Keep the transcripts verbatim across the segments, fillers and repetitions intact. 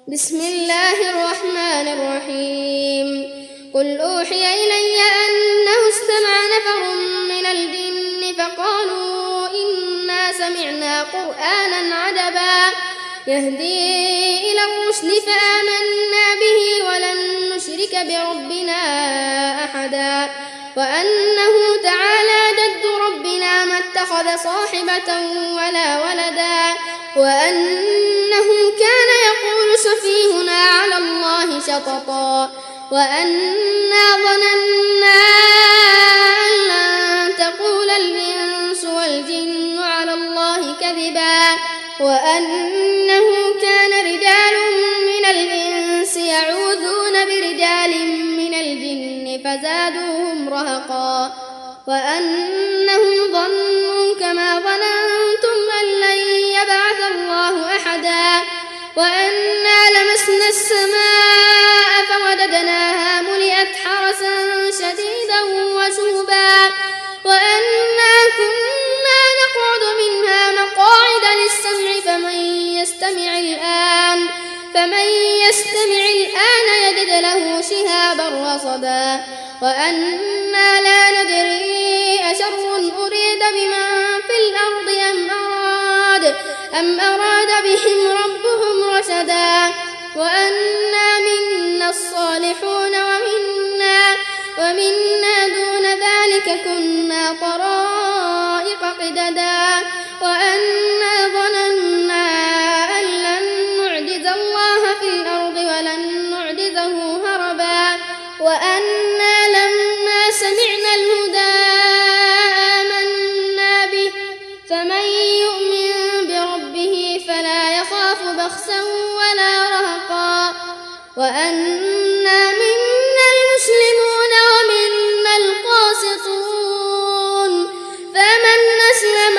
بسم الله الرحمن الرحيم قل أوحي إلي أنه استمع نفر من الجن فقالوا إنا سمعنا قرآنا عجبا يهدي إلى الرشد فآمنا به ولن نشرك بربنا أحدا وأنه تعالى جد ربنا ما اتخذ صاحبة ولا ولدا وأنه كان يقول سفيهنا على الله شططا وأنا ظننا أن لن تقول الإنس والجن على الله كذبا وأنه كان رجال من الإنس يعوذون برجال من الجن فزادوهم رهقا وأنهم ظنوا كما ظننتم أن لن يبعث الله أحدا وأنا لمسنا السماء فوجدناها ملئت حرسا شديدا وشهبا وأنا كنا نقعد منها مقاعد للسمع فمن يستمع الآن فمن يستمع الآن يجد له شهابا رصدا وأنا لا ندري أشر أريد بمن في الأرض أم أراد أم أراد بهم ربهم رشدا وأنا منا الصالحون ومنا ومنا دون ذلك كنا طرائق قددا وأنا ظننا أن لن نعجز الله في الأرض ولن نعجزه هربا وأنا لما سمعنا الهدى آمنا به فمن يؤمن بربه فلا يخاف بخسا ولا رهقا وأنا منا المسلمون ومنا القاسطون فمن أسلم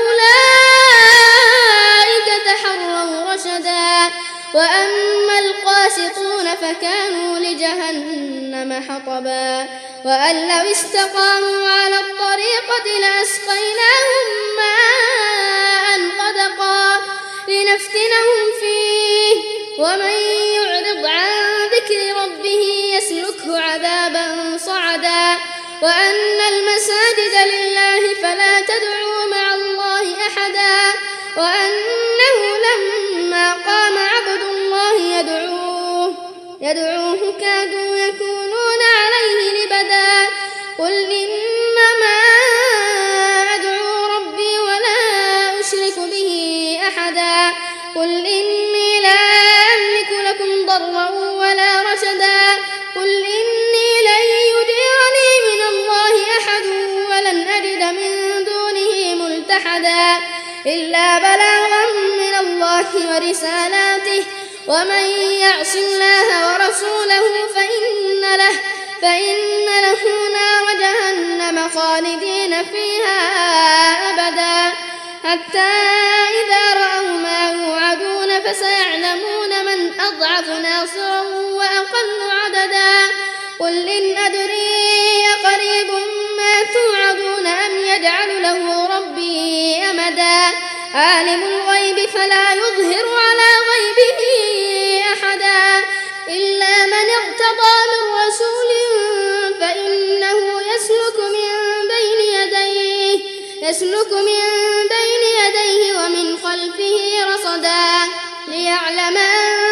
فأولئك تحروا رشدا وأما القاسطون فكانوا لجهنم حطبا وأن لو استقاموا على الطريقة لأسقيناهم ماء غدقا لنفتنهم فيه ومن يعرض عن ذكر ربه يسلكه عذابا صعدا وأن المساجد لله فلا تدعوا مع الله أحدا وأنه لما قام عبد الله يدعوه يدعوه كادوا يكونون عليه لبدا قل إنما أدعو ربي ولا أشرك به أحدا قل إني لا أملك لكم ضرا ولا رشدا قل إني لن يجيرني من الله أحد ولن أجد من دونه ملتحدا إلا بلاغا من الله ورسالاته ومن يعص الله ورسوله فإن له فإن له نار جهنم خالدين فيها أبدا حتى إذا رأوا ما يوعدون فسيعلمون من أضعف ناصرا وأقل عددا قل إن أدري أقريب ما توعدون أم يجعل له ربي أمدا عالم الغيب فلا يظهر على غيبه أحدا إلا من ارتضى من رسول فإنه يسلك من بين يديه يسلك من بين يديه ومن خلفه رصدا ليعلم أن